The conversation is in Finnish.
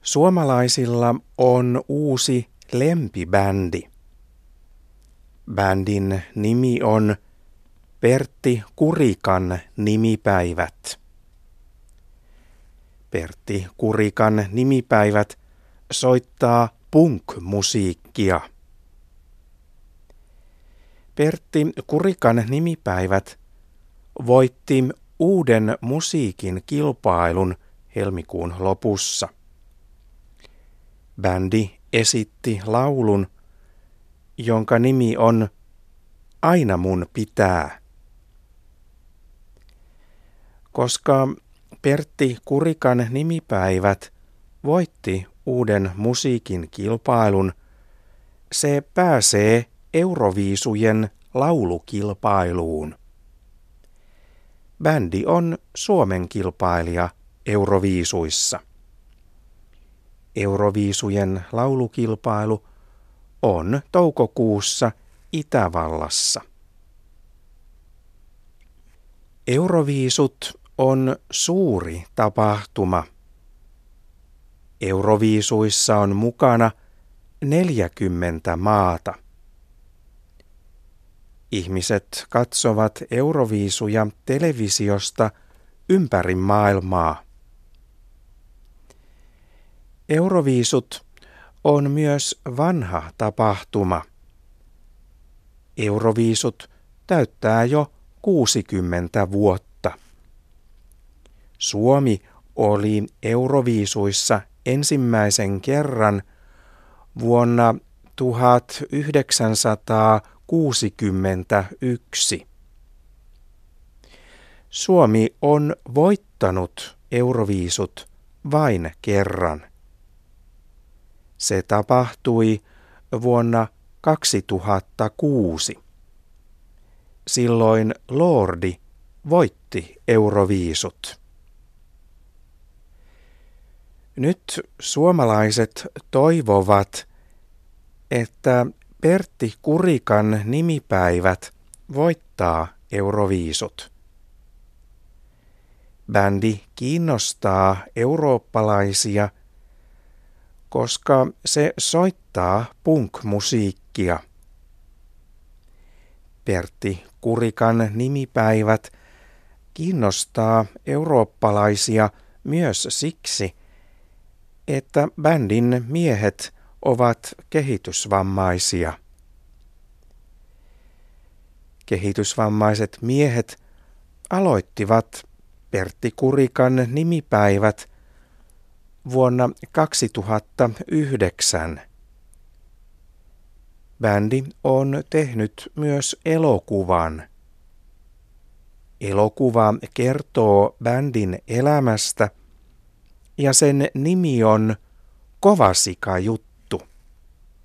Suomalaisilla on uusi lempibändi. Bändin nimi on Pertti Kurikan nimipäivät. Pertti Kurikan nimipäivät soittaa punk-musiikkia. Pertti Kurikan nimipäivät voitti uuden musiikin kilpailun helmikuun lopussa. Bändi esitti laulun, jonka nimi on Aina mun pitää. Koska Pertti Kurikan nimipäivät voitti uuden musiikin kilpailun, se pääsee Euroviisujen laulukilpailuun. Bändi on Suomen kilpailija Euroviisuissa. Euroviisujen laulukilpailu on toukokuussa Itävallassa. Euroviisut on suuri tapahtuma. Euroviisuissa on mukana 40 maata. Ihmiset katsovat Euroviisuja televisiosta ympäri maailmaa. Euroviisut on myös vanha tapahtuma. Euroviisut täyttää jo 60 vuotta. Suomi oli Euroviisuissa ensimmäisen kerran vuonna 1961. Suomi on voittanut Euroviisut vain kerran. Se tapahtui vuonna 2006. Silloin Lordi voitti Euroviisut. Nyt suomalaiset toivovat, että Pertti Kurikan nimipäivät voittaa Euroviisut. Bändi kiinnostaa eurooppalaisia, koska se soittaa punk-musiikkia. Pertti Kurikan nimipäivät kiinnostaa eurooppalaisia myös siksi, että bändin miehet ovat kehitysvammaisia. Kehitysvammaiset miehet aloittivat Pertti Kurikan nimipäivät vuonna 2009. Bändi on tehnyt myös elokuvan. Elokuva kertoo bändin elämästä ja sen nimi on Kova sika juttu.